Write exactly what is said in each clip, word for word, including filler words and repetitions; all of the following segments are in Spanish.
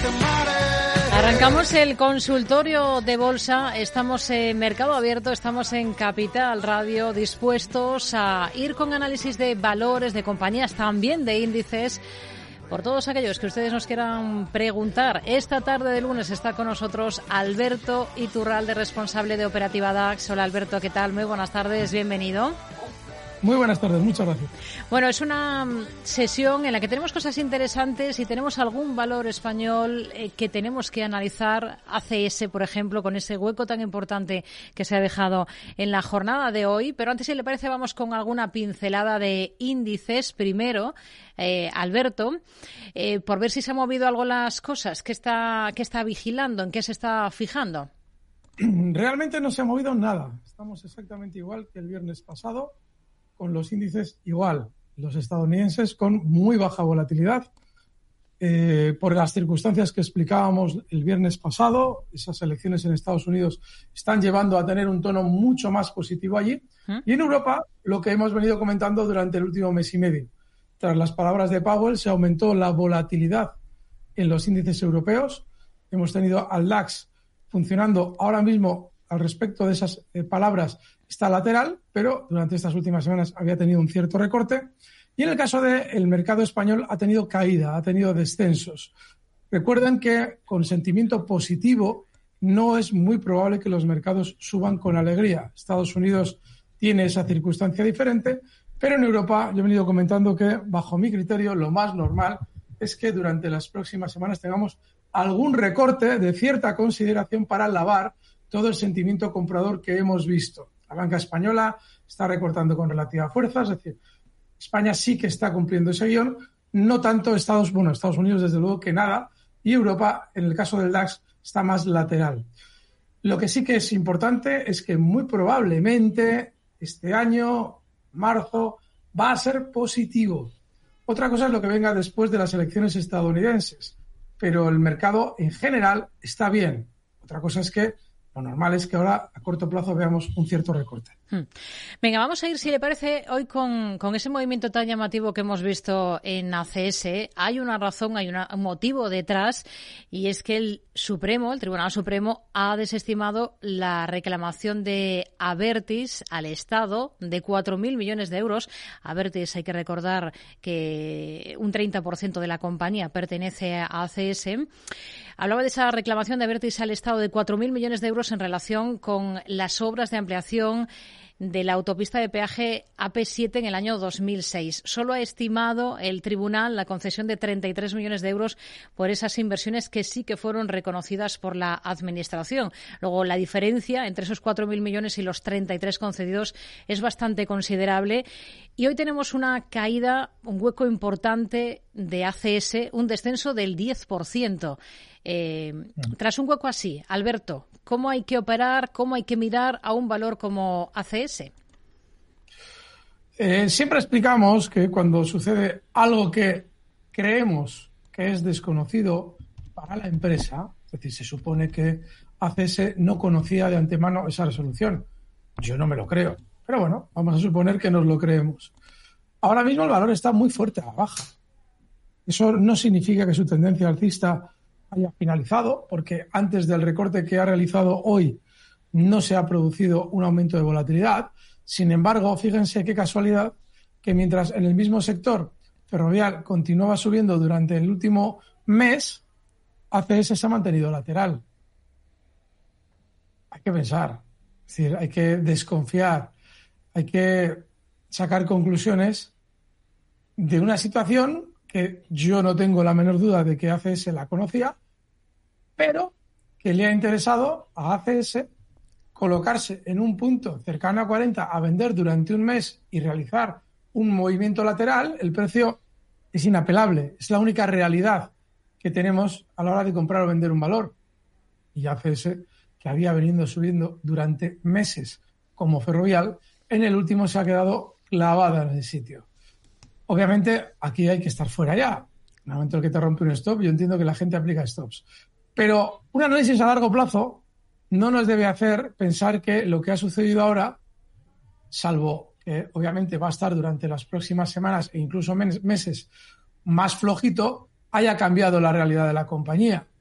Arrancamos el consultorio de bolsa, estamos en Mercado Abierto, estamos en Capital Radio, dispuestos a ir con análisis de valores, de compañías, también de índices. Por todos aquellos que ustedes nos quieran preguntar, esta tarde de lunes está con nosotros Alberto Iturralde, responsable de Operativa DAX. Hola Alberto, ¿qué tal? Muy buenas tardes, bienvenido. Muy buenas tardes, muchas gracias. Bueno, es una sesión en la que tenemos cosas interesantes y tenemos algún valor español eh, que tenemos que analizar. A C S, por ejemplo, con ese hueco tan importante que se ha dejado en la jornada de hoy. Pero antes, si le parece, vamos con alguna pincelada de índices. Primero, eh, Alberto, eh, por ver si se han movido algo las cosas. ¿Qué está, qué está vigilando? ¿En qué se está fijando? Realmente no se ha movido nada. Estamos exactamente igual que el viernes pasado, con los índices igual, los estadounidenses con muy baja volatilidad, eh, por las circunstancias que explicábamos el viernes pasado. Esas elecciones en Estados Unidos están llevando a tener un tono mucho más positivo allí. ¿Eh? Y en Europa, lo que hemos venido comentando durante el último mes y medio. Tras las palabras de Powell, se aumentó la volatilidad en los índices europeos. Hemos tenido al DAX funcionando ahora mismo al respecto de esas eh, palabras, está lateral, pero durante estas últimas semanas había tenido un cierto recorte. Y en el caso del mercado español ha tenido caída, ha tenido descensos. Recuerden que con sentimiento positivo no es muy probable que los mercados suban con alegría. Estados Unidos tiene esa circunstancia diferente, pero en Europa yo he venido comentando que, bajo mi criterio, lo más normal es que durante las próximas semanas tengamos algún recorte de cierta consideración para lavar todo el sentimiento comprador que hemos visto. La banca española está recortando con relativa fuerza, es decir, España sí que está cumpliendo ese guión, no tanto Estados, bueno, Estados Unidos desde luego que nada, y Europa, en el caso del DAX, está más lateral. Lo que sí que es importante es que muy probablemente este año, marzo, va a ser positivo. Otra cosa es lo que venga después de las elecciones estadounidenses, pero el mercado en general está bien. Otra cosa es que lo normal es que ahora, a corto plazo, veamos un cierto recorte. Venga, vamos a ir, si le parece, hoy con, con ese movimiento tan llamativo que hemos visto en A C S. Hay una razón, hay una, un motivo detrás, y es que el Supremo, el Tribunal Supremo, ha desestimado la reclamación de Abertis al Estado de cuatro mil millones de euros. Abertis, hay que recordar que un treinta por ciento de la compañía pertenece a A C S. Hablaba de esa reclamación de Abertis al Estado de cuatro mil millones de euros en relación con las obras de ampliación de la autopista de peaje A P siete en el año dos mil seis. Solo ha estimado el tribunal la concesión de treinta y tres millones de euros por esas inversiones que sí que fueron reconocidas por la Administración. Luego, la diferencia entre esos cuatro mil millones y los treinta y tres concedidos es bastante considerable. Y hoy tenemos una caída, un hueco importante de A C S, un descenso del diez por ciento. Eh, tras un hueco así, Alberto, ¿cómo hay que operar, cómo hay que mirar a un valor como A C S? Eh, siempre explicamos que cuando sucede algo que creemos que es desconocido para la empresa, es decir, se supone que A C S no conocía de antemano esa resolución. Yo no me lo creo, pero bueno, vamos a suponer que nos lo creemos. Ahora mismo el valor está muy fuerte a la baja. Eso no significa que su tendencia alcista haya finalizado, porque antes del recorte que ha realizado hoy no se ha producido un aumento de volatilidad. Sin embargo, fíjense qué casualidad que mientras en el mismo sector ferroviario continuaba subiendo durante el último mes, A C S se ha mantenido lateral. Hay que pensar, es decir, hay que desconfiar, hay que sacar conclusiones de una situación que yo no tengo la menor duda de que A C S la conocía, pero que le ha interesado a A C S colocarse en un punto cercano a cuarenta a vender durante un mes y realizar un movimiento lateral. El precio es inapelable, es la única realidad que tenemos a la hora de comprar o vender un valor. Y A C S, que había venido subiendo durante meses como Ferrovial, en el último se ha quedado clavada en el sitio. Obviamente, aquí hay que estar fuera ya. En el momento en que te rompe un stop, yo entiendo que la gente aplica stops. Pero un análisis a largo plazo no nos debe hacer pensar que lo que ha sucedido ahora, salvo que obviamente va a estar durante las próximas semanas e incluso meses más flojito, haya cambiado la realidad de la compañía.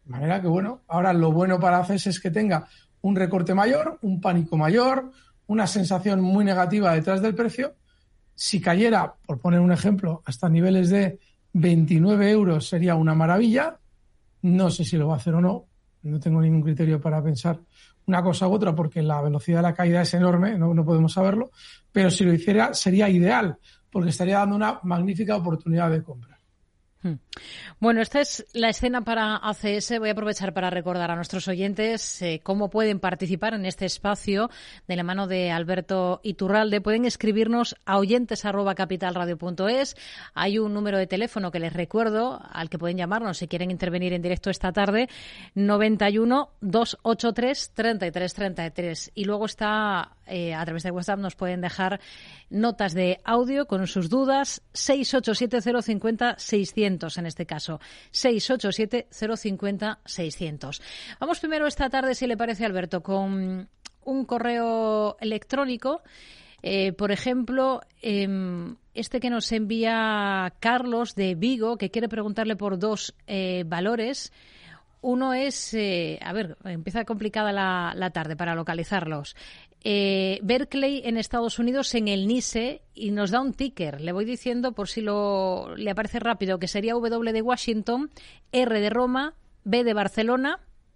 De manera que, bueno, ahora lo bueno para A C S es que tenga un recorte mayor, un pánico mayor, una sensación muy negativa detrás del precio. Si cayera, por poner un ejemplo, hasta niveles de veintinueve euros sería una maravilla. No sé si lo va a hacer o no. No tengo ningún criterio para pensar una cosa u otra porque la velocidad de la caída es enorme, no, no podemos saberlo. Pero si lo hiciera sería ideal porque estaría dando una magnífica oportunidad de compra. Bueno, esta es la escena para A C S. Voy a aprovechar para recordar a nuestros oyentes eh, cómo pueden participar en este espacio de la mano de Alberto Iturralde. Pueden escribirnos a oyentes arroba capitalradio punto es. Hay un número de teléfono que les recuerdo al que pueden llamarnos si quieren intervenir en directo esta tarde, noventa y uno, doscientos ochenta y tres, treinta y tres treinta y tres. Y luego está eh, a través de WhatsApp nos pueden dejar notas de audio con sus dudas, seis ocho siete cero cinco cero seiscientos en este caso, seis ocho siete cero cinco cero seiscientos. Vamos primero esta tarde, si le parece, Alberto, con un correo electrónico. Eh, por ejemplo, eh, este que nos envía Carlos de Vigo, que quiere preguntarle por dos eh, valores. Uno es, eh, a ver, empieza complicada la, la tarde para localizarlos. Eh, Berkeley en Estados Unidos en el NYSE y nos da un ticker. Le voy diciendo por si lo le aparece rápido, que sería W de Washington, R de Roma, B de Barcelona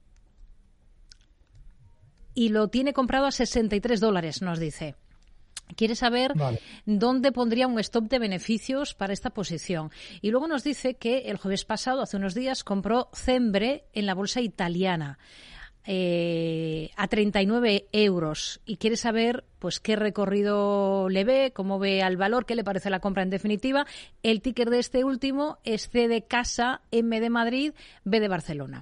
y lo tiene comprado a sesenta y tres dólares, nos dice. Quiere saber vale. dónde pondría un stop de beneficios para esta posición. Y luego nos dice que el jueves pasado, hace unos días, compró Cembre en la bolsa italiana eh, a treinta y nueve euros. Y quiere saber pues qué recorrido le ve, cómo ve al valor, qué le parece la compra en definitiva. El ticker de este último es C de Casa, M de Madrid, B de Barcelona.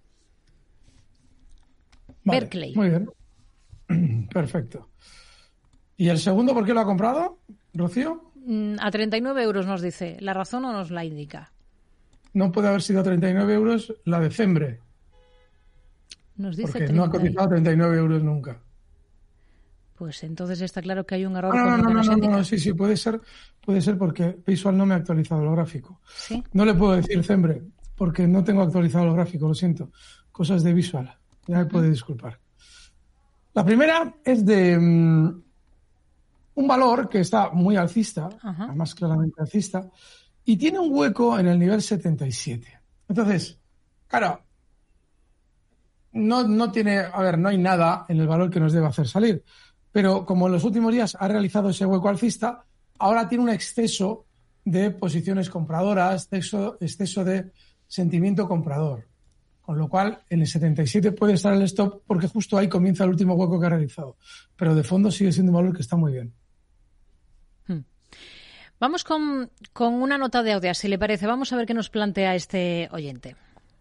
Vale, Berkeley. Muy bien. Perfecto. ¿Y el segundo por qué lo ha comprado, Rocío? A treinta y nueve euros nos dice. ¿La razón o nos la indica? No puede haber sido a treinta y nueve euros la de Cembre. Nos dice porque treinta. No ha cotizado a treinta y nueve euros nunca. Pues entonces está claro que hay un error. No, con no, lo que no, nos no, indica. no, sí, sí, puede ser, puede ser porque Visual no me ha actualizado el gráfico. ¿Sí? No le puedo decir Cembre porque no tengo actualizado el gráfico, lo siento. Cosas de Visual. Ya me uh-huh. puede disculpar. La primera es de um, un valor que está muy alcista, uh-huh. además claramente alcista, y tiene un hueco en el nivel setenta y siete. Entonces, claro, no, no tiene, a ver, no hay nada en el valor que nos deba hacer salir, pero como en los últimos días ha realizado ese hueco alcista, ahora tiene un exceso de posiciones compradoras, exceso, exceso de sentimiento comprador. Con lo cual, en el setenta y siete puede estar el stop porque justo ahí comienza el último hueco que ha realizado. Pero de fondo sigue siendo un valor que está muy bien. Hmm. Vamos con, con una nota de audio, si le parece. Vamos a ver qué nos plantea este oyente.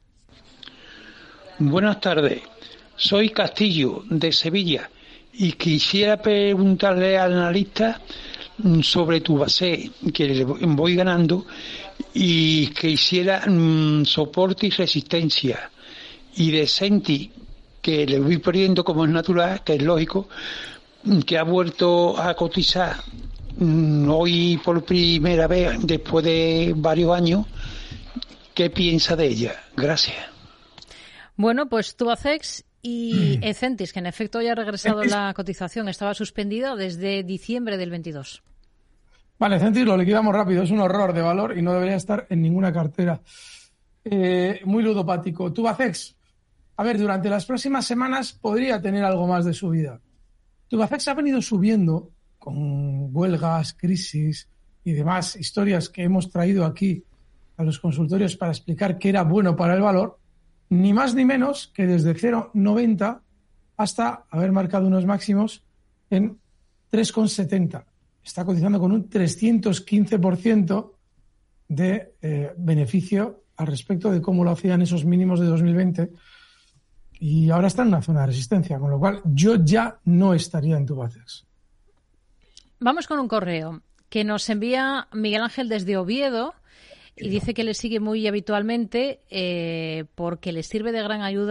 Buenas tardes. Soy Castillo, de Sevilla, y quisiera preguntarle al analista sobre Tubacex, que le voy ganando, y que hiciera mmm, soporte y resistencia. Y de Senti, que le voy perdiendo como es natural, que es lógico, que ha vuelto a cotizar mmm, hoy por primera vez después de varios años. ¿Qué piensa de ella? Gracias. Bueno, pues Tubacex y Ecentis, que en efecto ya ha regresado la cotización, estaba suspendida desde diciembre del veintidós. Vale, Ecentis lo liquidamos rápido, es un horror de valor y no debería estar en ninguna cartera. Eh, muy ludopático. Tubacex, a ver, durante las próximas semanas podría tener algo más de subida. Tubacex ha venido subiendo con huelgas, crisis y demás historias que hemos traído aquí a los consultorios para explicar qué era bueno para el valor, ni más ni menos que desde cero coma noventa hasta haber marcado unos máximos en tres coma setenta. Está cotizando con un trescientos quince por ciento de eh, beneficio al respecto de cómo lo hacían esos mínimos de dos mil veinte y ahora está en una zona de resistencia, con lo cual yo ya no estaría en Tubacex. Vamos con un correo que nos envía Miguel Ángel desde Oviedo y dice que le sigue muy habitualmente eh, porque le sirve de gran ayuda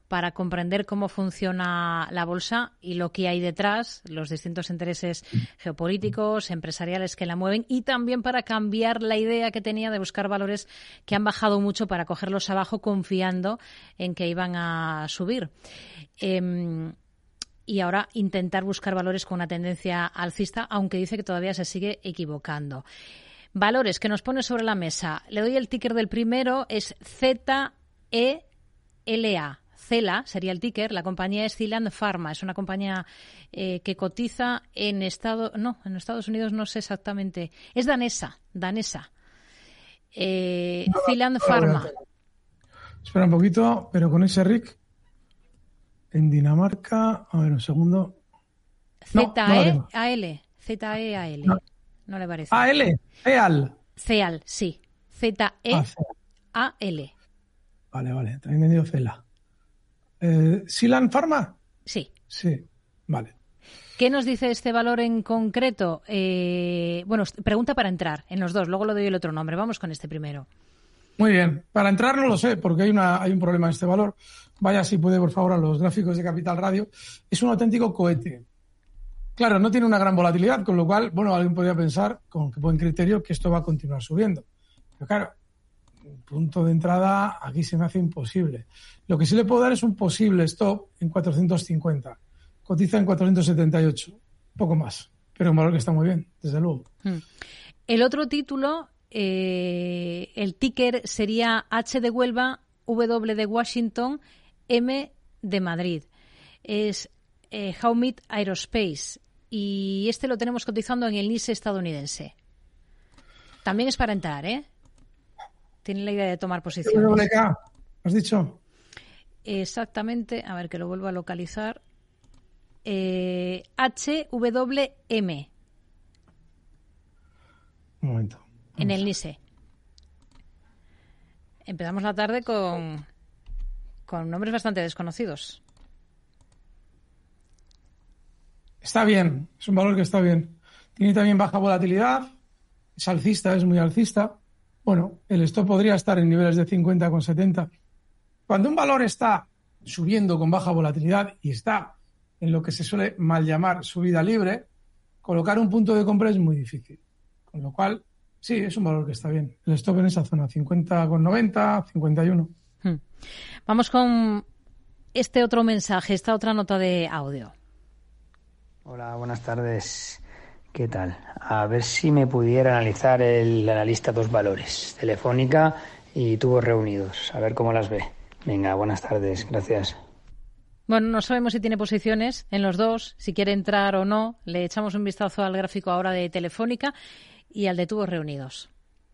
para comprender cómo funciona la bolsa y lo que hay detrás, los distintos intereses geopolíticos, empresariales que la mueven, y también para cambiar la idea que tenía de buscar valores que han bajado mucho para cogerlos abajo confiando en que iban a subir. Eh, y ahora intentar buscar valores con una tendencia alcista, aunque dice que todavía se sigue equivocando. Valores que nos pone sobre la mesa. Le doy el ticker del primero, es Z E L A. Cela sería el ticker. La compañía es Zealand Pharma. Es una compañía eh, que cotiza en Estados... No, en Estados Unidos no sé exactamente. Es danesa, danesa. Eh, no, Zealand no, Pharma. No, Espera un poquito, pero con ese R I C en Dinamarca... A ver, un segundo. Z E A L. Z E A L. No. No le parece. A L. Ceal. Ceal, sí. Z E A L. Vale, vale. También me dio Cela. Eh, ¿Zealand Pharma? Sí. Sí, vale. ¿Qué nos dice este valor en concreto? Eh, bueno, pregunta para entrar en los dos, luego le doy el otro nombre. Vamos con este primero. Muy bien. Para entrar no lo sé, porque hay, una, hay un problema en este valor. Vaya si puede, por favor, a los gráficos de Capital Radio. Es un auténtico cohete. Claro, no tiene una gran volatilidad, con lo cual, bueno, alguien podría pensar, con buen criterio, que esto va a continuar subiendo. Pero claro, punto de entrada aquí se me hace imposible. Lo que sí le puedo dar es un posible stop en cuatrocientos cincuenta. Cotiza en cuatrocientos setenta y ocho, poco más, pero un valor que está muy bien, desde luego. El otro título, eh, el ticker sería H de Huelva, W de Washington, M de Madrid. Es eh, Howmet Aerospace. Y este lo tenemos cotizando en el N I S E estadounidense. También es para entrar, ¿eh? Tiene la idea de tomar posiciones. W K, ¿has dicho? Exactamente. A ver, que lo vuelvo a localizar. Eh, H W M. Un momento. Vamos. En el N I S E. Empezamos la tarde con, con nombres bastante desconocidos. Está bien, es un valor que está bien. Tiene también baja volatilidad, es alcista, es muy alcista. Bueno, el stop podría estar en niveles de cincuenta con setenta. Cuando un valor está subiendo con baja volatilidad y está en lo que se suele mal llamar subida libre, colocar un punto de compra es muy difícil. Con lo cual, sí, es un valor que está bien. El stop en esa zona, cincuenta con noventa, cincuenta y uno. Hmm. Vamos con este otro mensaje, esta otra nota de audio. Hola, buenas tardes. ¿Qué tal? A ver si me pudiera analizar el analista dos valores, Telefónica y Tubos Reunidos. A ver cómo las ve. Venga, buenas tardes. Gracias. Bueno, no sabemos si tiene posiciones en los dos, si quiere entrar o no. Le echamos un vistazo al gráfico ahora de Telefónica y al de Tubos Reunidos.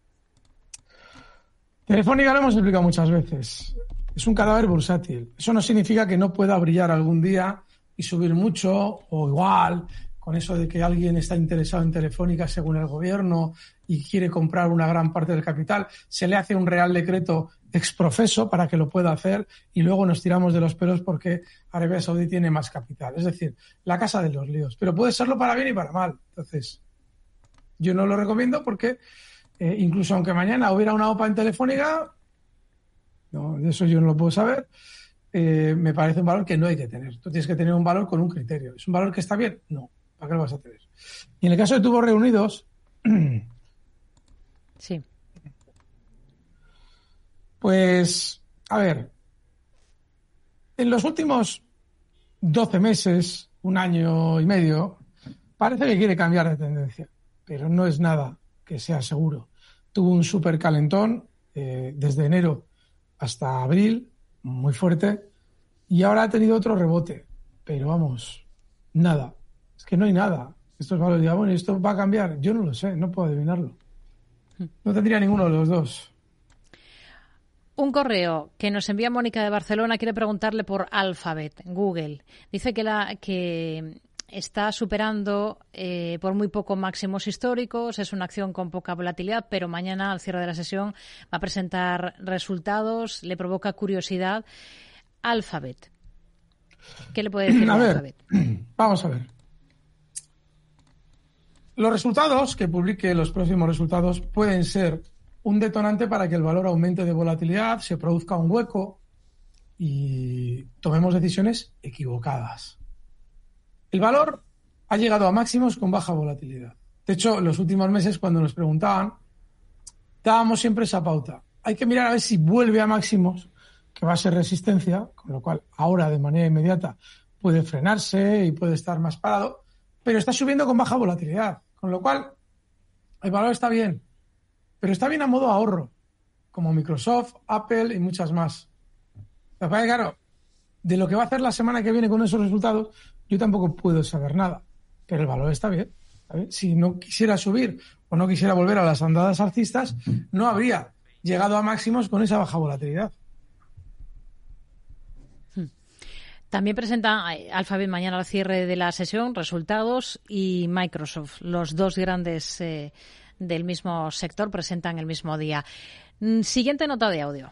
Telefónica lo hemos explicado muchas veces. Es un cadáver bursátil. Eso no significa que no pueda brillar algún día y subir mucho, o igual, con eso de que alguien está interesado en Telefónica según el gobierno y quiere comprar una gran parte del capital, se le hace un real decreto exprofeso para que lo pueda hacer y luego nos tiramos de los pelos porque Arabia Saudí tiene más capital. Es decir, la casa de los líos. Pero puede serlo para bien y para mal. Entonces, yo no lo recomiendo porque eh, incluso aunque mañana hubiera una OPA en Telefónica, no, de eso yo no lo puedo saber, Eh, me parece un valor que no hay que tener. Tú tienes que tener un valor con un criterio. ¿Es un valor que está bien? No. ¿Para qué lo vas a tener? Y en el caso de Tubos Reunidos, sí. Pues, a ver, en los últimos doce meses, un año y medio, parece que quiere cambiar de tendencia, pero no es nada que sea seguro. Tuvo un súper calentón eh, desde enero hasta abril, muy fuerte, y ahora ha tenido otro rebote, pero vamos, nada, es que no hay nada. Estos valores dirán, bueno, ¿esto va a cambiar? Yo no lo sé, no puedo adivinarlo. No tendría ninguno de los dos. Un correo que nos envía Mónica de Barcelona quiere preguntarle por Alphabet, Google. Dice que la que está superando eh, por muy poco máximos históricos, es una acción con poca volatilidad, pero mañana al cierre de la sesión va a presentar resultados, le provoca curiosidad. Alphabet, ¿qué le puede decir a de ver, Alphabet? Vamos a ver. Los resultados, que publique los próximos resultados, pueden ser un detonante para que el valor aumente de volatilidad, se produzca un hueco y tomemos decisiones equivocadas. El valor ha llegado a máximos con baja volatilidad. De hecho, en los últimos meses, cuando nos preguntaban, dábamos siempre esa pauta. Hay que mirar a ver si vuelve a máximos, que va a ser resistencia, con lo cual ahora de manera inmediata puede frenarse y puede estar más parado, pero está subiendo con baja volatilidad, con lo cual el valor está bien, pero está bien a modo ahorro, como Microsoft, Apple y muchas más. Pero claro, de lo que va a hacer la semana que viene con esos resultados, yo tampoco puedo saber nada, pero el valor está bien. ¿Sabes? Si no quisiera subir o no quisiera volver a las andadas alcistas, no habría llegado a máximos con esa baja volatilidad. También presenta Alphabet mañana al cierre de la sesión resultados y Microsoft, los dos grandes eh, del mismo sector, presentan el mismo día. Siguiente nota de audio.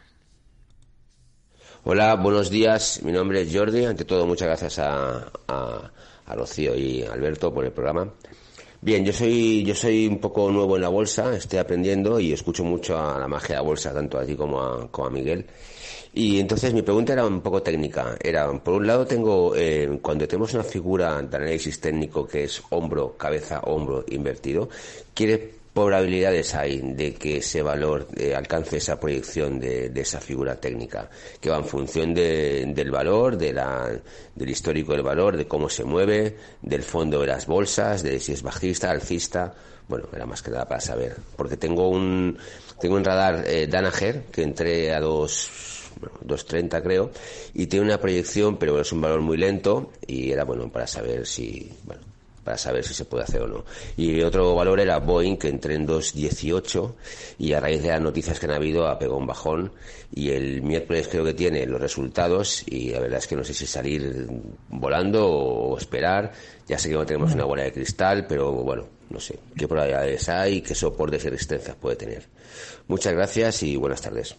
Hola, buenos días. Mi nombre es Jordi. Ante todo, muchas gracias a, a, a Rocío y Alberto por el programa. Bien, yo soy yo soy un poco nuevo en la bolsa, estoy aprendiendo y escucho mucho a la magia de la bolsa, tanto a ti como a, como a Miguel. Y entonces mi pregunta era un poco técnica. Era, por un lado, tengo eh, cuando tenemos una figura de análisis técnico que es hombro, cabeza, hombro invertido, ¿quiere probabilidades hay de que ese valor eh, alcance esa proyección de, de esa figura técnica, que va en función de, del valor, de la, del histórico del valor, de cómo se mueve, del fondo de las bolsas, de si es bajista, alcista? Bueno, era más que nada para saber, porque tengo un tengo un radar eh, Danaher que entré a dos bueno, dos treinta creo, y tiene una proyección, pero es un valor muy lento y era bueno para saber si bueno para saber si se puede hacer o no. Y otro valor era Boeing, que entré en dos dieciocho y a raíz de las noticias que han habido ha pegado un bajón y el miércoles creo que tiene los resultados y la verdad es que no sé si salir volando o esperar. Ya sé que no tenemos una bola de cristal, pero bueno, no sé qué probabilidades hay, qué soportes y resistencias puede tener. Muchas gracias y buenas tardes.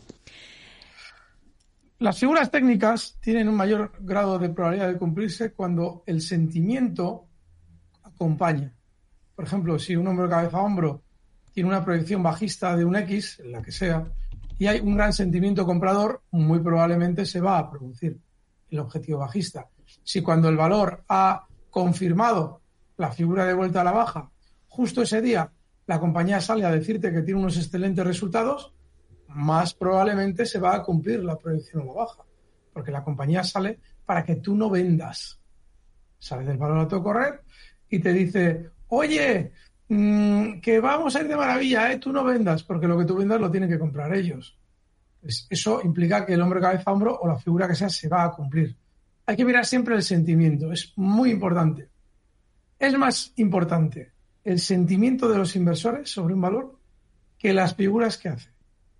Las figuras técnicas tienen un mayor grado de probabilidad de cumplirse cuando el sentimiento acompaña. Por ejemplo, si un hombro cabeza a hombro tiene una proyección bajista de un X, la que sea, y hay un gran sentimiento comprador, muy probablemente se va a producir el objetivo bajista. Si cuando el valor ha confirmado la figura de vuelta a la baja, justo ese día la compañía sale a decirte que tiene unos excelentes resultados, más probablemente se va a cumplir la proyección a la baja, porque la compañía sale para que tú no vendas. Sale del valor a todo correr y te dice, oye, mmm, que vamos a ir de maravilla, ¿eh? Tú no vendas, porque lo que tú vendas lo tienen que comprar ellos. Pues eso implica que el hombro cabeza a hombro o la figura que sea se va a cumplir. Hay que mirar siempre el sentimiento, es muy importante. Es más importante el sentimiento de los inversores sobre un valor que las figuras que hacen.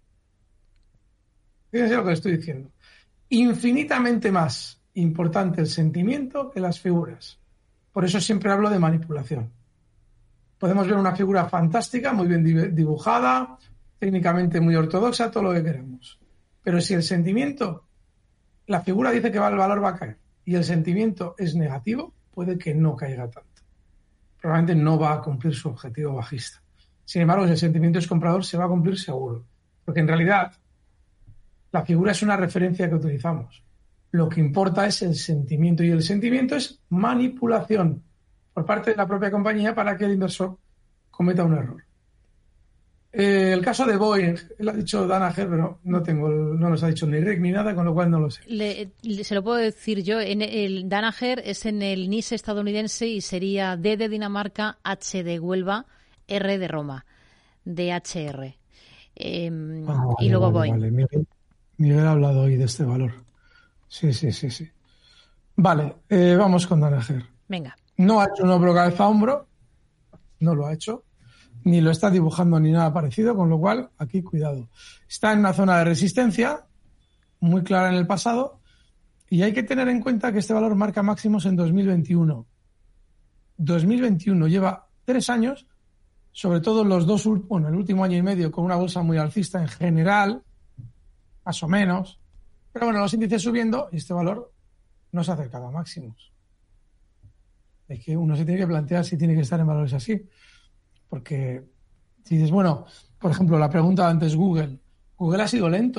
Fíjense lo que estoy diciendo. Infinitamente más importante el sentimiento que las figuras. Por eso siempre hablo de manipulación. Podemos ver una figura fantástica, muy bien dibujada, técnicamente muy ortodoxa, todo lo que queramos. Pero si el sentimiento, la figura dice que el valor va a caer y el sentimiento es negativo, puede que no caiga tanto. Probablemente no va a cumplir su objetivo bajista. Sin embargo, si el sentimiento es comprador, se va a cumplir seguro. Porque en realidad, la figura es una referencia que utilizamos. Lo que importa es el sentimiento y el sentimiento es manipulación por parte de la propia compañía para que el inversor cometa un error. Eh, el caso de Boeing, él ha dicho Danaher, pero no tengo, no nos ha dicho ni Rick ni nada, con lo cual no lo sé. Le, le, se lo puedo decir yo. En el Danaher es en el N I S estadounidense y sería D de Dinamarca, H de Huelva, R de Roma, D H R. Eh, ah, vale, y luego vale, Boeing. Vale. Miguel, Miguel ha hablado hoy de este valor. Sí, sí, sí, sí. Vale, eh, vamos con Danaher. Venga. No ha hecho un hombro cabeza a hombro, no lo ha hecho, ni lo está dibujando ni nada parecido, con lo cual, aquí cuidado. Está en una zona de resistencia, muy clara en el pasado, y hay que tener en cuenta que este valor marca máximos en dos mil veintiuno. dos mil veintiuno lleva tres años, sobre todo los dos, bueno, el último año y medio, con una bolsa muy alcista en general, más o menos. Pero bueno, los índices subiendo y este valor no se ha acercado a máximos. Es que uno se tiene que plantear si tiene que estar en valores así. Porque si dices, bueno, por ejemplo, la pregunta antes Google. Google ha sido lento,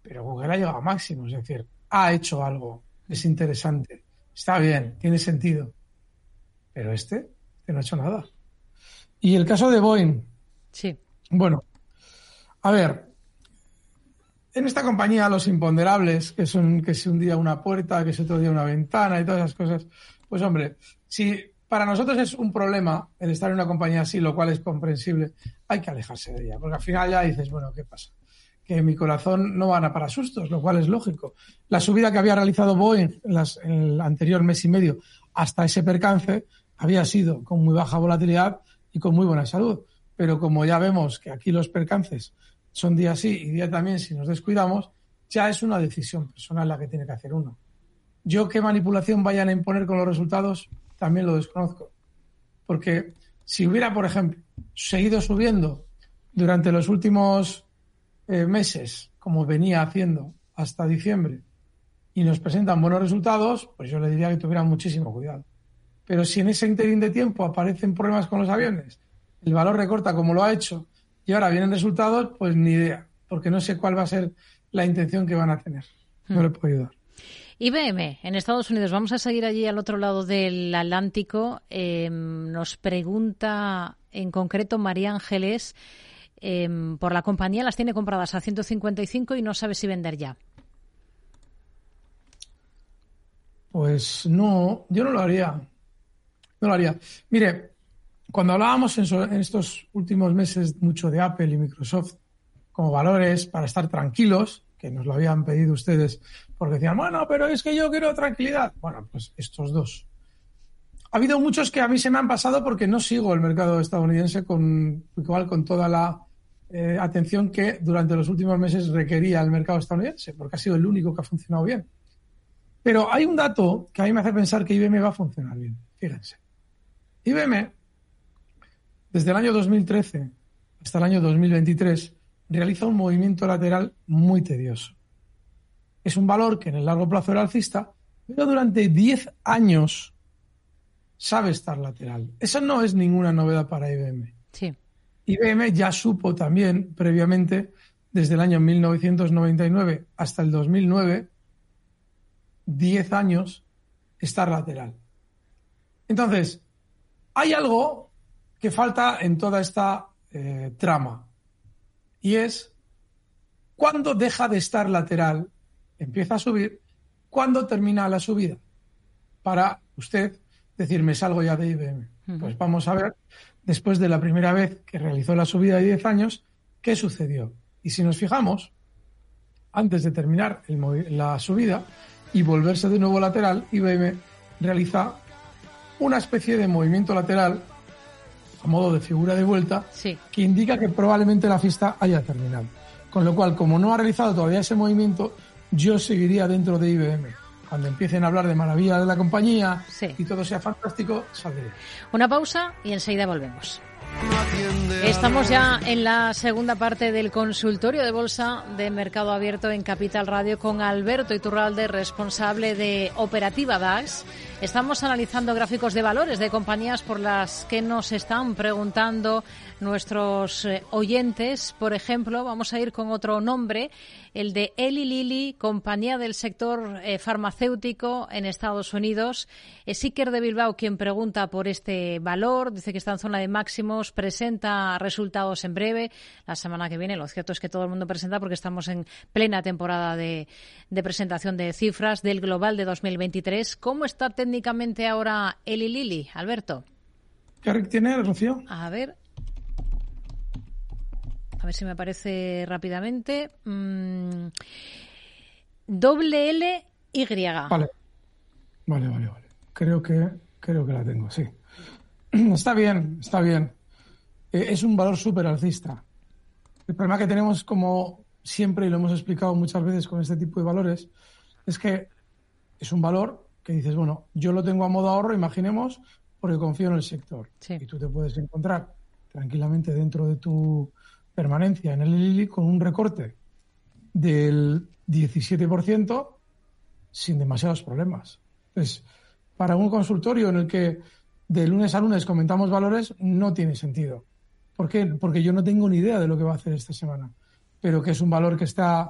pero Google ha llegado a máximos, es decir, ha hecho algo, es interesante, está bien, tiene sentido, pero este, este no ha hecho nada. Y el caso de Boeing, sí. Bueno, a ver, en esta compañía los imponderables, que son que si un día una puerta, que si otro día una ventana y todas esas cosas, pues hombre, si para nosotros es un problema el estar en una compañía así, lo cual es comprensible, hay que alejarse de ella, porque al final ya dices, bueno, ¿qué pasa? Que mi corazón no van a para sustos, lo cual es lógico. La subida que había realizado Boeing en, las, en el anterior mes y medio hasta ese percance había sido con muy baja volatilidad y con muy buena salud. Pero como ya vemos que aquí los percances son día sí y día también, si nos descuidamos, ya es una decisión personal la que tiene que hacer uno. Yo qué manipulación vayan a imponer con los resultados también lo desconozco. Porque si hubiera, por ejemplo, seguido subiendo durante los últimos eh, meses, como venía haciendo hasta diciembre, y nos presentan buenos resultados, pues yo le diría que tuvieran muchísimo cuidado. Pero si en ese interín de tiempo aparecen problemas con los aviones, el valor recorta como lo ha hecho y ahora vienen resultados, pues ni idea, porque no sé cuál va a ser la intención que van a tener. No le puedo ayudar. I B M, en Estados Unidos, vamos a seguir allí al otro lado del Atlántico. Eh, nos pregunta en concreto María Ángeles eh, por la compañía, las tiene compradas a ciento cincuenta y cinco y no sabe si vender ya. Pues no, yo no lo haría. No lo haría. Mire, cuando hablábamos en, so, en estos últimos meses mucho de Apple y Microsoft como valores para estar tranquilos, que nos lo habían pedido ustedes porque decían, bueno, pero es que yo quiero tranquilidad. Bueno, pues estos dos. Ha habido muchos que a mí se me han pasado porque no sigo el mercado estadounidense con igual con toda la eh, atención que durante los últimos meses requería el mercado estadounidense, porque ha sido el único que ha funcionado bien. Pero hay un dato que a mí me hace pensar que I B M va a funcionar bien. Fíjense. I B M, desde el año dos mil trece hasta el año dos mil veintitrés, realiza un movimiento lateral muy tedioso. Es un valor que en el largo plazo era alcista, pero durante diez años sabe estar lateral. Eso no es ninguna novedad para I B M. Sí. I B M ya supo también previamente, desde el año mil novecientos noventa y nueve hasta el dos mil nueve, diez años, estar lateral. Entonces, hay algo que falta en toda esta eh, trama, y es cuándo deja de estar lateral, empieza a subir, cuándo termina la subida, para usted decirme salgo ya de I B M. Uh-huh. Pues vamos a ver, después de la primera vez que realizó la subida de diez años, qué sucedió. Y si nos fijamos, antes de terminar el, la subida y volverse de nuevo lateral, I B M realiza una especie de movimiento lateral a modo de figura de vuelta, sí, que indica que probablemente la fiesta haya terminado. Con lo cual, como no ha realizado todavía ese movimiento, yo seguiría dentro de I B M. Cuando empiecen a hablar de maravilla de la compañía, sí, y todo sea fantástico, saldré. Una pausa y enseguida volvemos. Estamos ya en la segunda parte del consultorio de bolsa de Mercado Abierto en Capital Radio con Alberto Iturralde, responsable de Operativa DAX. Estamos analizando gráficos de valores de compañías por las que nos están preguntando nuestros eh, oyentes. Por ejemplo, vamos a ir con otro nombre, el de Eli Lilly, compañía del sector eh, farmacéutico en Estados Unidos. Es Iker de Bilbao quien pregunta por este valor, dice que está en zona de máximos, presenta resultados en breve, la semana que viene. Lo cierto es que todo el mundo presenta porque estamos en plena temporada de, de presentación de cifras del global de dos mil veintitrés. ¿Cómo está técnicamente ahora Eli Lilly, Alberto? ¿Qué R I C tiene, Rocío? A ver... A ver si me aparece rápidamente. Mm, doble L Y. Vale. Vale, vale, vale. Creo que, creo que la tengo, sí. Está bien, está bien. Eh, es un valor súper alcista. El problema que tenemos, como siempre, y lo hemos explicado muchas veces con este tipo de valores, es que es un valor que dices, bueno, yo lo tengo a modo ahorro, imaginemos, porque confío en el sector. Sí. Y tú te puedes encontrar tranquilamente dentro de tu permanencia en el Lilly con un recorte del diecisiete por ciento sin demasiados problemas. Entonces, para un consultorio en el que de lunes a lunes comentamos valores, no tiene sentido. ¿Por qué? Porque yo no tengo ni idea de lo que va a hacer esta semana, pero que es un valor que está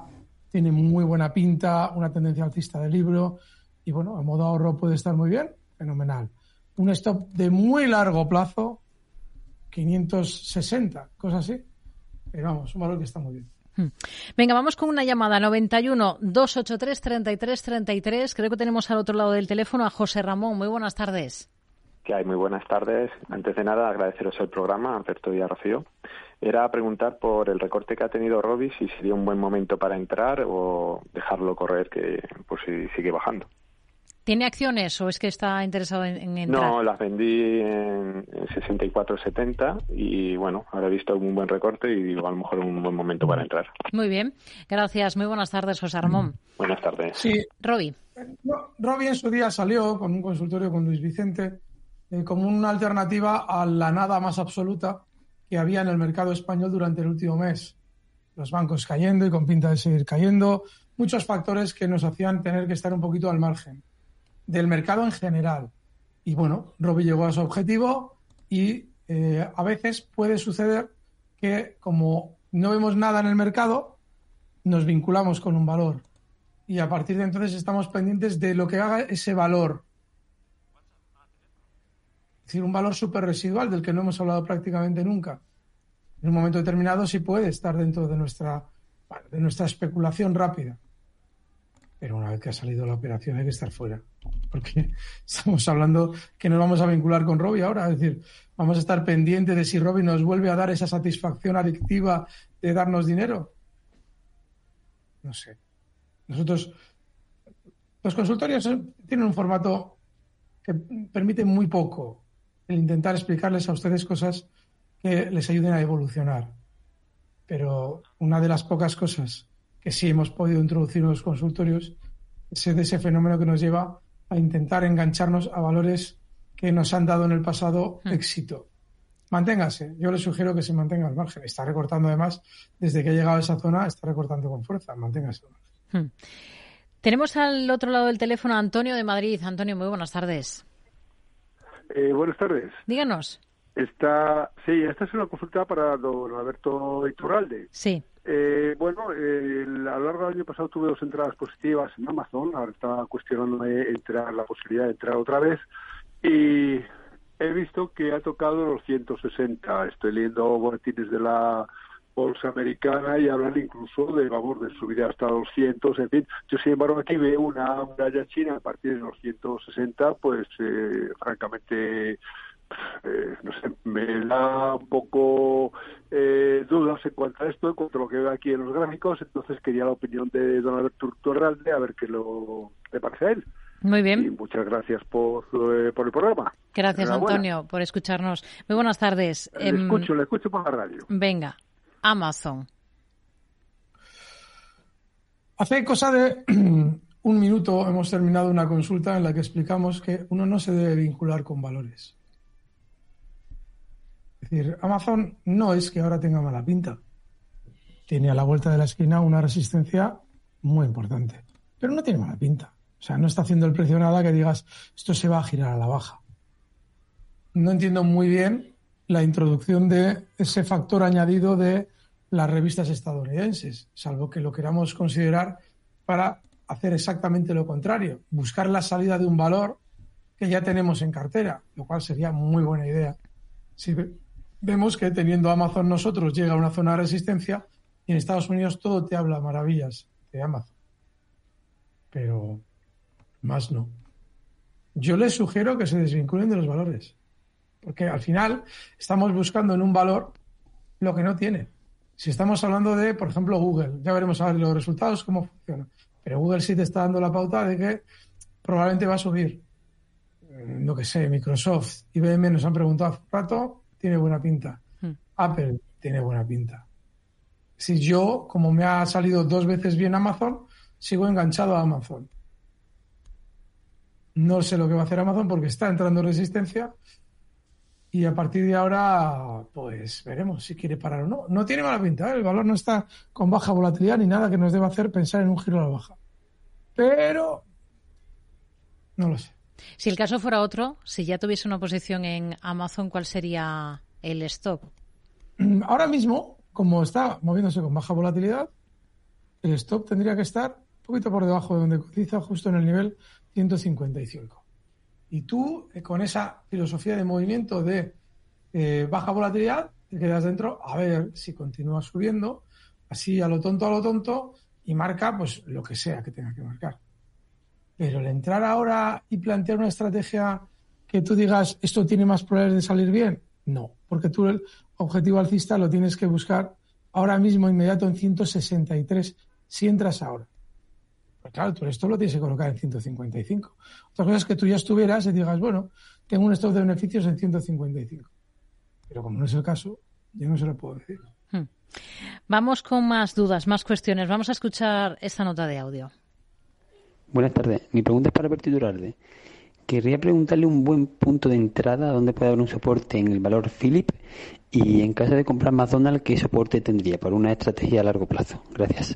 tiene muy buena pinta, una tendencia alcista del libro y bueno, a modo ahorro puede estar muy bien, fenomenal. Un stop de muy largo plazo, quinientos sesenta, cosas así, pero vamos, un valor que está muy bien. Venga, vamos con una llamada, noventa y uno, dos ochenta y tres, treinta y tres treinta y tres. Creo que tenemos al otro lado del teléfono a José Ramón. Muy buenas tardes. ¿Qué hay? Muy buenas tardes. Antes de nada, agradeceros el programa, Alberto y a Rocío. Era preguntar por el recorte que ha tenido Robi, si sería un buen momento para entrar o dejarlo correr, que pues si sigue bajando. ¿Tiene acciones o es que está interesado en, en entrar? No, las vendí en, en sesenta y cuatro setenta y bueno, ahora he visto un buen recorte y digo, a lo mejor un buen momento para entrar. Muy bien, gracias. Muy buenas tardes, José Ramón. Buenas tardes. Sí. Robi. No, Robi en su día salió con un consultorio con Luis Vicente eh, como una alternativa a la nada más absoluta que había en el mercado español durante el último mes. Los bancos cayendo y con pinta de seguir cayendo, muchos factores que nos hacían tener que estar un poquito al margen del mercado en general. Y bueno, Robi llegó a su objetivo y eh, a veces puede suceder que como no vemos nada en el mercado, nos vinculamos con un valor y a partir de entonces estamos pendientes de lo que haga ese valor. Es decir, un valor súper residual del que no hemos hablado prácticamente nunca. En un momento determinado sí puede estar dentro de nuestra, de nuestra especulación rápida. Pero una vez que ha salido la operación hay que estar fuera. Porque estamos hablando que nos vamos a vincular con Robi ahora. Es decir, vamos a estar pendientes de si Robi nos vuelve a dar esa satisfacción adictiva de darnos dinero. No sé. Nosotros, los consultorios tienen un formato que permite muy poco el intentar explicarles a ustedes cosas que les ayuden a evolucionar. Pero una de las pocas cosas que sí hemos podido introducir en los consultorios es de ese fenómeno que nos lleva a intentar engancharnos a valores que nos han dado en el pasado mm. éxito. Manténgase. Yo le sugiero que se mantenga al margen. Está recortando además, desde que ha llegado a esa zona, está recortando con fuerza. Manténgase al margen. Mm. Tenemos al otro lado del teléfono a Antonio de Madrid. Antonio, muy buenas tardes. Eh, buenas tardes. Díganos. Esta, sí, esta es una consulta para don Alberto Iturralde. Sí. Eh, bueno, eh, a lo largo del año pasado tuve dos entradas positivas en Amazon. Ahora estaba cuestionándome entrar, la posibilidad de entrar otra vez. Y he visto que ha tocado los ciento sesenta. Estoy leyendo boletines de la bolsa americana y hablan incluso de, vamos, de subir hasta doscientos. En fin, yo sin embargo aquí veo una muralla china a partir de los ciento sesenta, pues eh, francamente... Eh, no sé, me da un poco eh, dudas en cuanto a esto, en cuanto a lo que veo aquí en los gráficos. Entonces quería la opinión de don Alberto Iturralde, a ver qué lo, le parece a él. Muy bien. Y muchas gracias por, eh, por el programa. Gracias, Antonio, por escucharnos. Muy buenas tardes. Le eh, escucho, le escucho por la radio. Venga, Amazon. Hace cosa de un minuto hemos terminado una consulta en la que explicamos que uno no se debe vincular con valores. Es decir, Amazon no es que ahora tenga mala pinta. Tiene a la vuelta de la esquina una resistencia muy importante. Pero no tiene mala pinta. O sea, no está haciendo el precio nada que digas, esto se va a girar a la baja. No entiendo muy bien la introducción de ese factor añadido de las revistas estadounidenses, salvo que lo queramos considerar para hacer exactamente lo contrario, buscar la salida de un valor que ya tenemos en cartera, lo cual sería muy buena idea. Si vemos que teniendo Amazon nosotros llega a una zona de resistencia y en Estados Unidos todo te habla maravillas de Amazon. Pero más no. Yo les sugiero que se desvinculen de los valores. Porque al final estamos buscando en un valor lo que no tiene. Si estamos hablando de, por ejemplo, Google, ya veremos a ver los resultados, cómo funciona. Pero Google sí te está dando la pauta de que probablemente va a subir. No que sé, Microsoft, I B M nos han preguntado hace un rato, tiene buena pinta. Hmm. Apple tiene buena pinta. Si yo, como me ha salido dos veces bien Amazon, sigo enganchado a Amazon. No sé lo que va a hacer Amazon porque está entrando en resistencia y a partir de ahora, pues veremos si quiere parar o no. No tiene mala pinta, ¿eh? El valor no está con baja volatilidad ni nada que nos deba hacer pensar en un giro a la baja. Pero no lo sé. Si el caso fuera otro, si ya tuviese una posición en Amazon, ¿cuál sería el stop? Ahora mismo, como está moviéndose con baja volatilidad, el stop tendría que estar un poquito por debajo de donde cotiza, justo en el nivel ciento cincuenta y cinco. Y tú, eh, con esa filosofía de movimiento de eh, baja volatilidad, te quedas dentro a ver si continúa subiendo, así a lo tonto, a lo tonto, y marca pues lo que sea que tenga que marcar. Pero el entrar ahora y plantear una estrategia que tú digas esto tiene más probabilidades de salir bien, no, porque tú el objetivo alcista lo tienes que buscar ahora mismo inmediato en ciento sesenta y tres si entras ahora. Pues claro, tú esto lo tienes que colocar en ciento cincuenta y cinco. Otra cosa es que tú ya estuvieras y digas, bueno, tengo un stop de beneficios en ciento cincuenta y cinco. Pero como no es el caso, yo no se lo puedo decir. Hmm. Vamos con más dudas, más cuestiones. Vamos a escuchar esta nota de audio. Buenas tardes. Mi pregunta es para Alberto Iturralde. Querría preguntarle un buen punto de entrada donde puede haber un soporte en el valor Philips y en caso de comprar McDonald's, ¿qué soporte tendría para una estrategia a largo plazo? Gracias.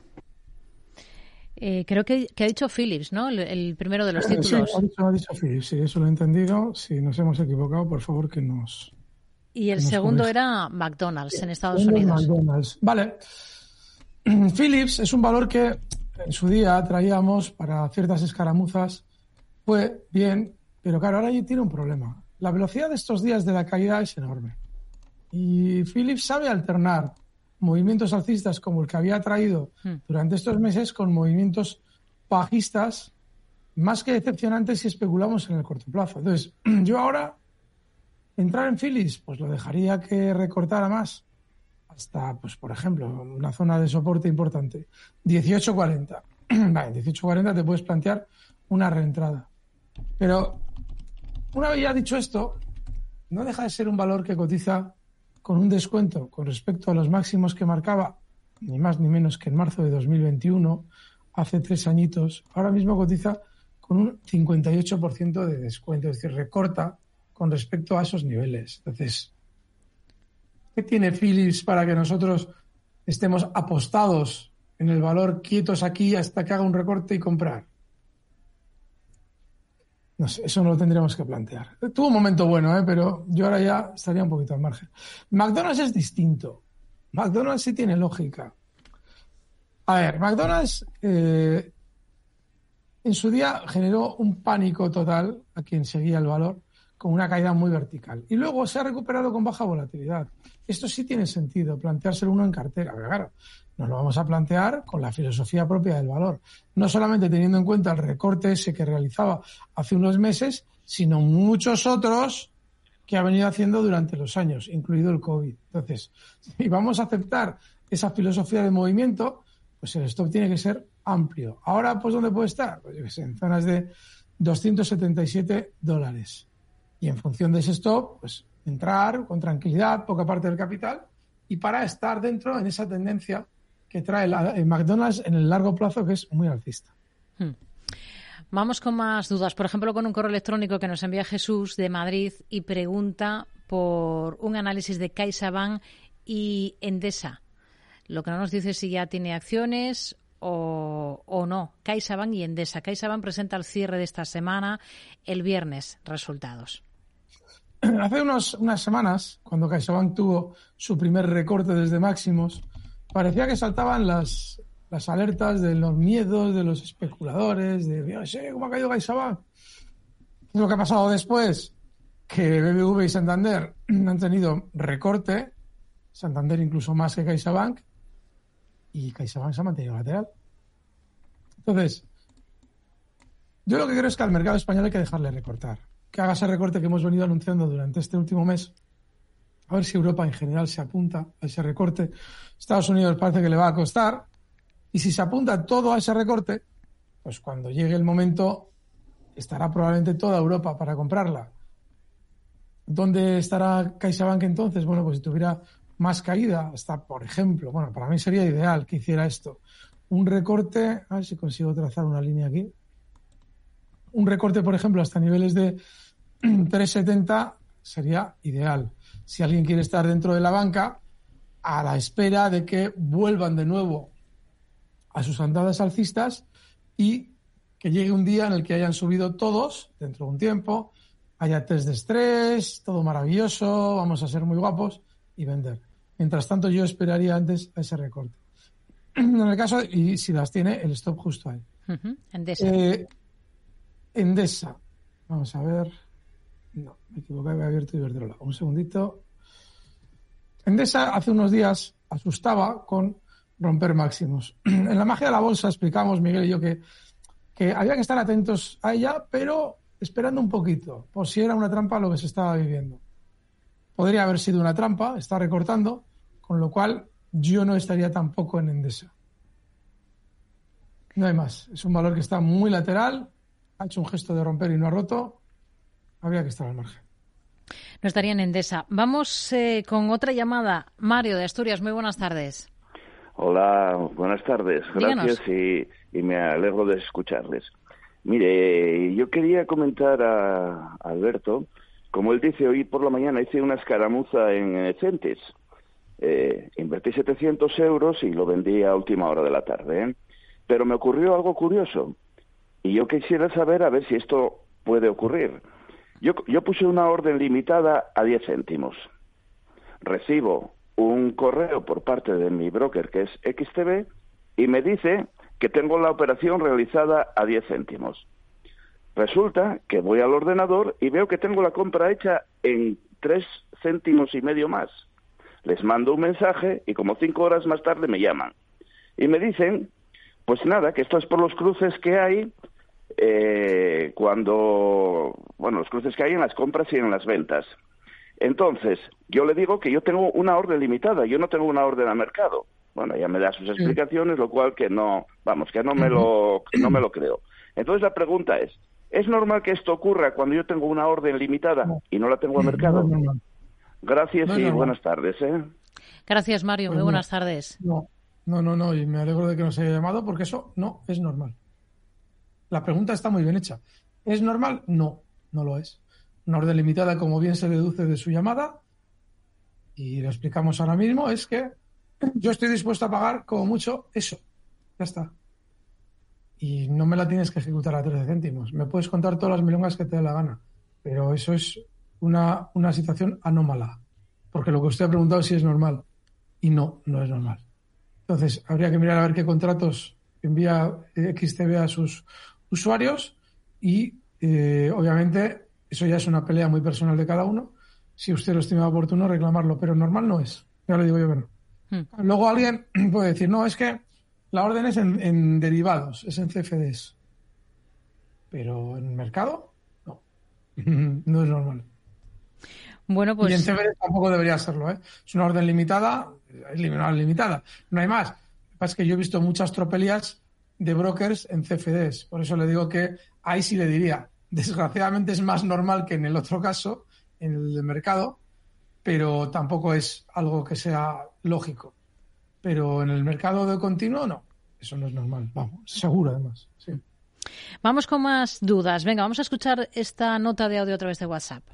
Eh, creo que, que ha dicho Philips, ¿no? El, el primero de los títulos. Sí, ha dicho, ha dicho Philips, sí, eso lo he entendido. Si nos hemos equivocado, por favor, que nos... Y el segundo era McDonald's en Estados Segundo Unidos. McDonald's. Vale. Philips es un valor que en su día traíamos para ciertas escaramuzas. Fue bien, pero claro, ahora tiene un problema. La velocidad de estos días de la caída es enorme. Y Philips sabe alternar movimientos alcistas como el que había traído durante estos meses con movimientos bajistas más que decepcionantes si especulamos en el corto plazo. Entonces, yo ahora entrar en Philips, pues lo dejaría que recortara más hasta, pues por ejemplo, una zona de soporte importante, dieciocho cuarenta. Vale, dieciocho cuarenta te puedes plantear una reentrada. Pero una vez ya dicho esto, no deja de ser un valor que cotiza con un descuento con respecto a los máximos que marcaba, ni más ni menos que en marzo de dos mil veintiuno, hace tres añitos. Ahora mismo cotiza con un cincuenta y ocho por ciento de descuento, es decir, recorta con respecto a esos niveles. Entonces, ¿qué tiene Philips para que nosotros estemos apostados en el valor, quietos aquí hasta que haga un recorte y comprar? No sé, eso no lo tendríamos que plantear. Tuvo un momento bueno, ¿eh? Pero yo ahora ya estaría un poquito al margen. McDonald's es distinto. McDonald's sí tiene lógica. A ver, McDonald's eh, en su día generó un pánico total a quien seguía el valor, con una caída muy vertical. Y luego se ha recuperado con baja volatilidad. Esto sí tiene sentido, planteárselo uno en cartera. Pero claro, nos lo vamos a plantear con la filosofía propia del valor. No solamente teniendo en cuenta el recorte ese que realizaba hace unos meses, sino muchos otros que ha venido haciendo durante los años, incluido el COVID. Entonces, si vamos a aceptar esa filosofía de movimiento, pues el stop tiene que ser amplio. Ahora, pues, ¿dónde puede estar? Pues yo qué sé, en zonas de doscientos setenta y siete dólares. Y en función de ese stop, pues entrar con tranquilidad, poca parte del capital, y para estar dentro en esa tendencia que trae la, el McDonald's en el largo plazo, que es muy alcista. Hmm. Vamos con más dudas. Por ejemplo, con un correo electrónico que nos envía Jesús de Madrid y pregunta por un análisis de CaixaBank y Endesa. Lo que no nos dice es si ya tiene acciones o, o no. CaixaBank y Endesa. CaixaBank presenta al cierre de esta semana, el viernes, resultados. Hace unos, unas semanas, cuando CaixaBank tuvo su primer recorte desde máximos, parecía que saltaban las, las alertas de los miedos de los especuladores, de, no sé, ¿cómo ha caído CaixaBank? ¿Qué es lo que ha pasado después? Que B B V y Santander han tenido recorte, Santander incluso más que CaixaBank, y CaixaBank se ha mantenido lateral. Entonces, yo lo que creo es que al mercado español hay que dejarle recortar. Que haga ese recorte que hemos venido anunciando durante este último mes. A ver si Europa en general se apunta a ese recorte. Estados Unidos parece que le va a costar. Y si se apunta todo a ese recorte, pues cuando llegue el momento estará probablemente toda Europa para comprarla. ¿Dónde estará CaixaBank entonces? Bueno, pues si tuviera más caída, hasta por ejemplo, bueno, para mí sería ideal que hiciera esto. Un recorte, a ver si consigo trazar una línea aquí. Un recorte, por ejemplo, hasta niveles de tres setenta sería ideal. Si alguien quiere estar dentro de la banca, a la espera de que vuelvan de nuevo a sus andadas alcistas y que llegue un día en el que hayan subido todos dentro de un tiempo, haya test de estrés, todo maravilloso, vamos a ser muy guapos y vender. Mientras tanto, yo esperaría antes a ese recorte. en el caso, y si las tiene, el stop justo ahí. Uh-huh. Endesa. Eh, Endesa. Vamos a ver. No, me equivoqué, había abierto Iberdrola. Un segundito. Endesa hace unos días asustaba con romper máximos. En la magia de la bolsa explicamos, Miguel y yo, que, que había que estar atentos a ella, pero esperando un poquito, por si era una trampa lo que se estaba viviendo. Podría haber sido una trampa, está recortando, con lo cual yo no estaría tampoco en Endesa. No hay más. Es un valor que está muy lateral, ha hecho un gesto de romper y no ha roto. Habría que estar al margen. No estaría en Endesa. Vamos eh, con otra llamada. Mario, de Asturias, muy buenas tardes. Hola, buenas tardes. Gracias y, y me alegro de escucharles. Mire, yo quería comentar a, a Alberto, como él dice, hoy por la mañana hice una escaramuza en Centes. Eh, invertí setecientos euros y lo vendí a última hora de la tarde, ¿eh? Pero me ocurrió algo curioso y yo quisiera saber a ver si esto puede ocurrir. Yo, yo puse una orden limitada a diez céntimos. Recibo un correo por parte de mi broker, que es X T B, y me dice que tengo la operación realizada a diez céntimos. Resulta que voy al ordenador y veo que tengo la compra hecha en tres céntimos y medio más. Les mando un mensaje y como cinco horas más tarde me llaman. Y me dicen, pues nada, que esto es por los cruces que hay eh, cuando, bueno, los cruces que hay en las compras y en las ventas. Entonces, yo le digo que yo tengo una orden limitada, yo no tengo una orden a mercado. Bueno, ella me da sus explicaciones, lo cual que no, vamos, que no me lo, que no me lo creo. Entonces la pregunta es, ¿es normal que esto ocurra cuando yo tengo una orden limitada y no la tengo a mercado? Gracias y buenas tardes, ¿eh? Gracias, Mario, muy buenas tardes. No, no, no, no, y me alegro de que nos haya llamado porque eso no es normal. La pregunta está muy bien hecha. ¿Es normal? No, no lo es. Una orden limitada, como bien se deduce de su llamada, y lo explicamos ahora mismo, es que yo estoy dispuesto a pagar como mucho eso. Ya está. Y no me la tienes que ejecutar a trece céntimos. Me puedes contar todas las milongas que te dé la gana, pero eso es una, una situación anómala. Porque lo que usted ha preguntado es si es normal. Y no, no es normal. Entonces, habría que mirar a ver qué contratos envía X T B a sus usuarios y, eh, obviamente, eso ya es una pelea muy personal de cada uno. Si usted lo estima oportuno, reclamarlo. Pero normal no es. Ya le digo yo que no. Hmm. Luego alguien puede decir, no, es que la orden es en, en derivados, es en C F Ds. Pero en mercado, no. No es normal. Bueno, pues... Y en C F Ds tampoco debería serlo, ¿eh? Es una orden limitada, es una limitada. No hay más. Lo que pasa es que yo he visto muchas tropelías de brokers en C F Ds. Por eso le digo que ahí sí le diría. Desgraciadamente es más normal que en el otro caso, en el de mercado, pero tampoco es algo que sea lógico. Pero en el mercado de continuo, no. Eso no es normal. Vamos, seguro además. Sí. Vamos con más dudas. Venga, vamos a escuchar esta nota de audio a través de WhatsApp.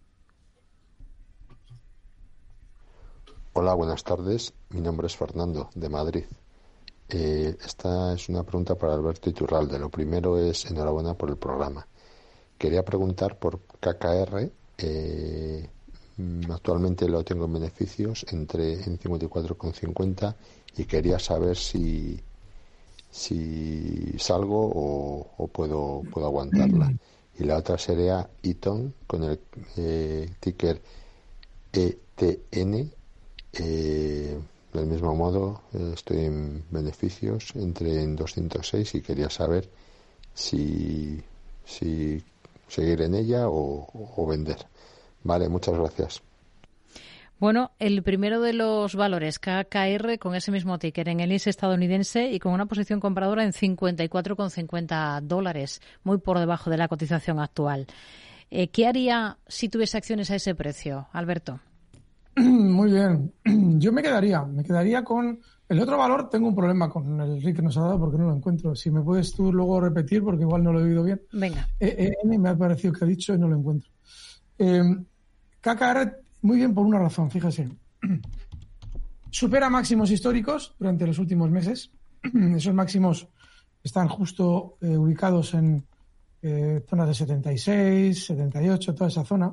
Hola, buenas tardes. Mi nombre es Fernando, de Madrid. Eh, esta es una pregunta para Alberto Iturralde. Lo primero es enhorabuena por el programa. Quería preguntar por K K R. Eh, actualmente lo tengo en beneficios entre en cincuenta y cuatro con cincuenta y quería saber si si salgo o, o puedo puedo aguantarla. Y la otra sería Eaton con el eh, ticker E T N. Eh, del mismo modo, eh, estoy en beneficios entre en doscientos seis y quería saber si si seguir en ella o, o vender. Vale, muchas gracias. Bueno, el primero de los valores, K K R, con ese mismo ticker en el índice estadounidense y con una posición compradora en cincuenta y cuatro con cincuenta dólares, muy por debajo de la cotización actual. Eh, ¿Qué haría si tuviese acciones a ese precio, Alberto? Muy bien. Yo me quedaría, me quedaría con el otro valor. Tengo un problema con el R I C que nos ha dado porque no lo encuentro. Si me puedes tú luego repetir porque igual no lo he oído bien. Venga. Eh, eh, me ha parecido que ha dicho y no lo encuentro. Eh, K K R, muy bien por una razón, fíjese. Supera máximos históricos durante los últimos meses. Esos máximos están justo eh, ubicados en eh, zonas de setenta y seis, setenta y ocho, toda esa zona.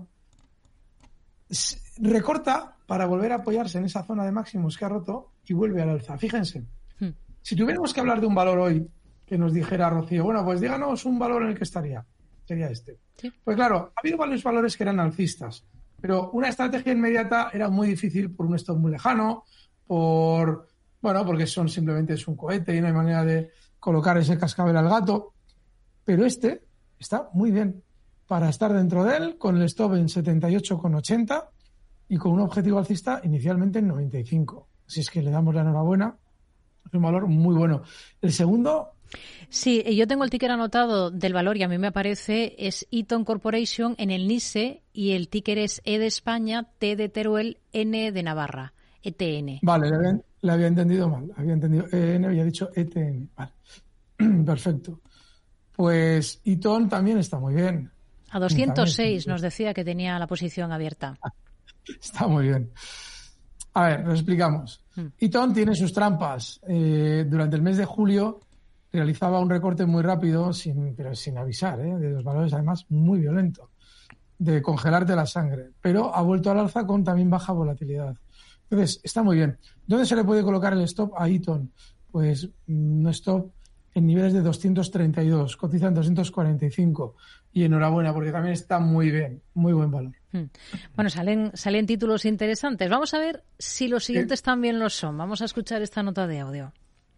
Recorta para volver a apoyarse en esa zona de máximos que ha roto y vuelve al alza. Fíjense, hmm. Si tuviéramos que hablar de un valor hoy, que nos dijera Rocío, bueno, pues díganos un valor en el que estaría, sería este. Sí. Pues claro, ha habido varios valores que eran alcistas, pero una estrategia inmediata era muy difícil por un stop muy lejano, por, bueno, porque son simplemente es un cohete y no hay manera de colocar ese cascabel al gato, pero este está muy bien para estar dentro de él, con el stop en setenta y ocho coma ochenta y con un objetivo alcista inicialmente en noventa y cinco. Así es que le damos la enhorabuena. Es un valor muy bueno. El segundo... Sí, yo tengo el ticker anotado del valor y a mí me aparece, es Eaton Corporation en el NISE y el ticker es E de España, T de Teruel, N de Navarra, E T N. Vale, le había, le había entendido mal. Había entendido E N, había dicho E T N. Vale. Perfecto. Pues Eaton también está muy bien. A doscientos seis nos decía que tenía la posición abierta. Está muy bien. A ver, lo explicamos. Mm. Eaton tiene sus trampas. Eh, durante el mes de julio realizaba un recorte muy rápido, sin, pero sin avisar, ¿eh? De los valores además muy violento, de congelarte la sangre. Pero ha vuelto al alza con también baja volatilidad. Entonces, está muy bien. ¿Dónde se le puede colocar el stop a Eaton? Pues un stop en niveles de doscientos treinta y dos, cotiza en doscientos cuarenta y cinco. Y enhorabuena, porque también está muy bien, muy buen valor. Bueno, salen, salen títulos interesantes. Vamos a ver si los siguientes ¿Sí? también lo son. Vamos a escuchar esta nota de audio.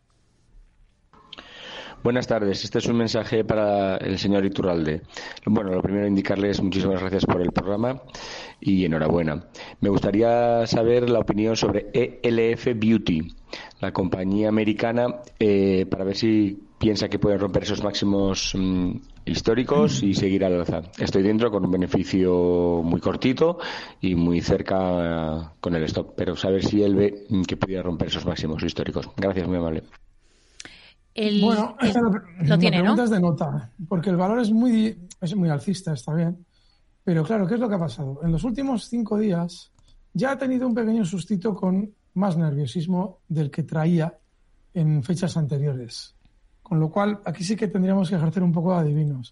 Buenas tardes, este es un mensaje para el señor Iturralde. Bueno, lo primero indicarles muchísimas gracias por el programa y enhorabuena. Me gustaría saber la opinión sobre E L F Beauty, la compañía americana, eh, para ver si piensa que pueden romper esos máximos mmm, históricos y seguir al alza. Estoy dentro con un beneficio muy cortito y muy cerca uh, con el stop, pero saber si él ve que pudiera romper esos máximos históricos. Gracias, muy amable. El, bueno, el, lo, lo tiene, la pregunta ¿no? es de nota, porque el valor es muy, es muy alcista, está bien. Pero claro, ¿qué es lo que ha pasado? En los últimos cinco días ya ha tenido un pequeño sustito con más nerviosismo del que traía en fechas anteriores. Con lo cual, aquí sí que tendríamos que ejercer un poco de adivinos.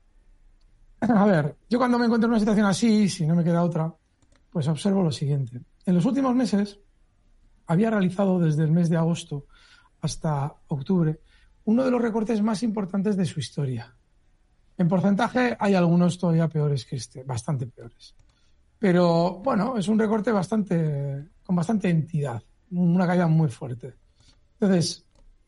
A ver, yo cuando me encuentro en una situación así, si no me queda otra, pues observo lo siguiente. En los últimos meses había realizado desde el mes de agosto hasta octubre uno de los recortes más importantes de su historia. En porcentaje hay algunos todavía peores que este, bastante peores. Pero bueno, es un recorte bastante con bastante entidad, una caída muy fuerte. Entonces,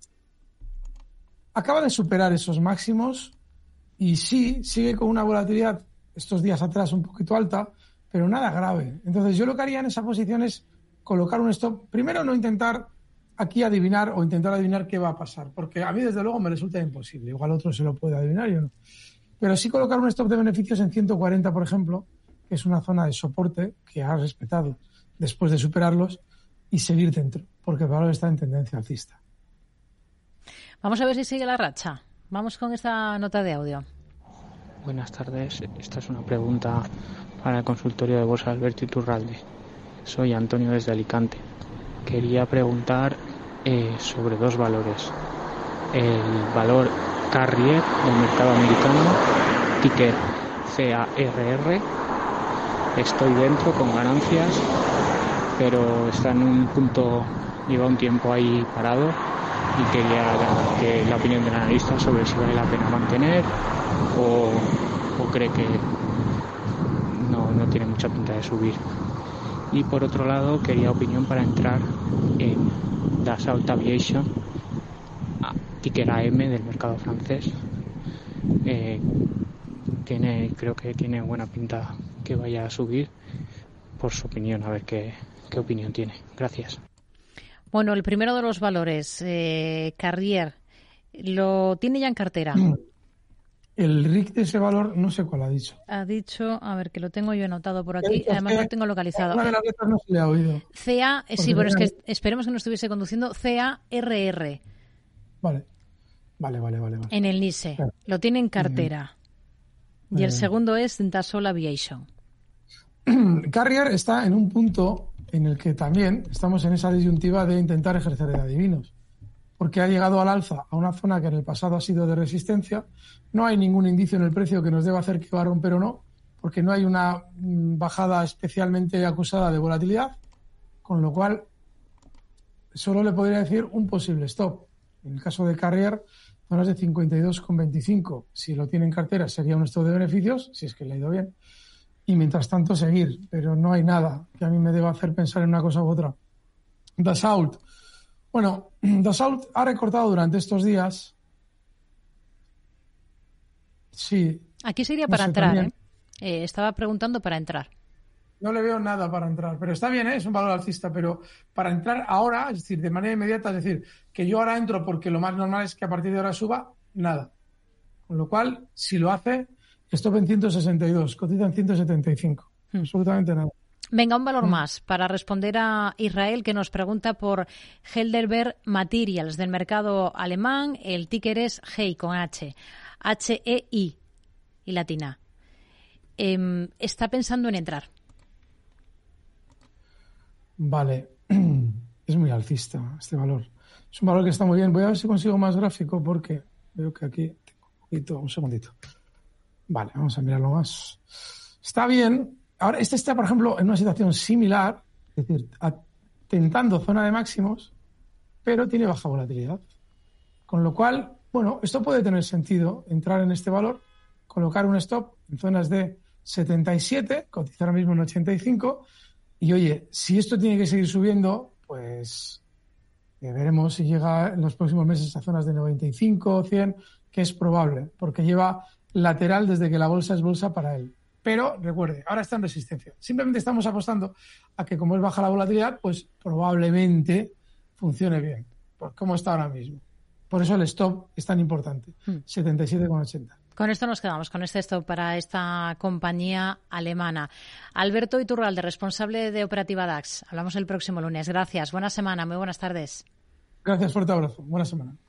acaba de superar esos máximos y sí, sigue con una volatilidad estos días atrás un poquito alta, pero nada grave. Entonces, yo lo que haría en esa posición es colocar un stop. Primero, no intentar aquí adivinar o intentar adivinar qué va a pasar, porque a mí desde luego me resulta imposible. Igual otro se lo puede adivinar, yo no. Pero sí colocar un stop de beneficios en ciento cuarenta, por ejemplo, que es una zona de soporte que ha respetado después de superarlos, y seguir dentro, porque el valor está en tendencia alcista. Vamos a ver si sigue la racha. Vamos con esta nota de audio. Buenas tardes. Esta es una pregunta para el consultorio de Bolsa Alberto Iturralde. Soy Antonio desde Alicante. Quería preguntar eh, sobre dos valores. El valor Carrier del mercado americano, ticker C A R R. Estoy dentro con ganancias, pero está en un punto, lleva un tiempo ahí parado, y quería que la opinión del analista sobre si vale la pena mantener o, o cree que no, no tiene mucha pinta de subir. Y por otro lado, quería opinión para entrar en Dassault Aviation, ticker A M del mercado francés. Eh, tiene, creo que tiene buena pinta que vaya a subir. Por su opinión, a ver qué, qué opinión tiene. Gracias. Bueno, el primero de los valores, eh, Carrier, ¿lo tiene ya en cartera? El R I C de ese valor, no sé cuál ha dicho. Ha dicho, a ver, que lo tengo yo anotado por aquí, además lo tengo localizado. Una de las letras no se le ha oído. C A, eh, sí, pero es que esperemos que no estuviese conduciendo, C A R R. Vale, vale, vale, vale. vale. En el NISE, claro. Lo tiene en cartera. Uh-huh. Y el segundo es Dassault Aviation. Carrier está en un punto en el que también estamos en esa disyuntiva de intentar ejercer de adivinos, porque ha llegado al alza a una zona que en el pasado ha sido de resistencia. No hay ningún indicio en el precio que nos deba hacer que va a romper o no, porque no hay una bajada especialmente acusada de volatilidad, con lo cual solo le podría decir un posible stop. En el caso de Carrier, zonas de cincuenta y dos con veinticinco. Si lo tiene en cartera sería un stop de beneficios, si es que le ha ido bien. Y mientras tanto seguir, pero no hay nada que a mí me deba hacer pensar en una cosa u otra. Dassault. Bueno, Dassault ha recortado durante estos días. Sí. Aquí sería no para sé, entrar, también. ¿eh? Eh, Estaba preguntando para entrar. No le veo nada para entrar, pero está bien, ¿eh? Es un valor alcista, pero para entrar ahora, es decir, de manera inmediata, es decir, que yo ahora entro porque lo más normal es que a partir de ahora suba, nada. Con lo cual, si lo hace, stop en ciento sesenta y dos, cotiza en ciento setenta y cinco. Hmm. Absolutamente nada. Venga, un valor hmm. más para responder a Israel, que nos pregunta por Heidelberg Materials del mercado alemán. El ticker es H E I con H, H E I y latina. Eh, está pensando en entrar. Vale, es muy alcista este valor. Es un valor que está muy bien. Voy a ver si consigo más gráfico porque veo que aquí tengo un poquito, un segundito. Vale, vamos a mirarlo más. Está bien. Ahora, este está, por ejemplo, en una situación similar, es decir, tentando zona de máximos, pero tiene baja volatilidad. Con lo cual, bueno, esto puede tener sentido, entrar en este valor, colocar un stop en zonas de setenta y siete, cotizar ahora mismo en ochenta y cinco. Y oye, si esto tiene que seguir subiendo, pues eh, veremos si llega en los próximos meses a zonas de noventa y cinco o cien, que es probable, porque lleva lateral desde que la bolsa es bolsa para él. Pero recuerde, ahora está en resistencia. Simplemente estamos apostando a que como es baja la volatilidad, pues probablemente funcione bien, por cómo está ahora mismo. Por eso el stop es tan importante, hmm. setenta y siete con ochenta. Con esto nos quedamos, con este stop para esta compañía alemana. Alberto Iturralde, responsable de Operativa DAX. Hablamos el próximo lunes. Gracias. Buena semana. Muy buenas tardes. Gracias. Fuerte abrazo. Buena semana.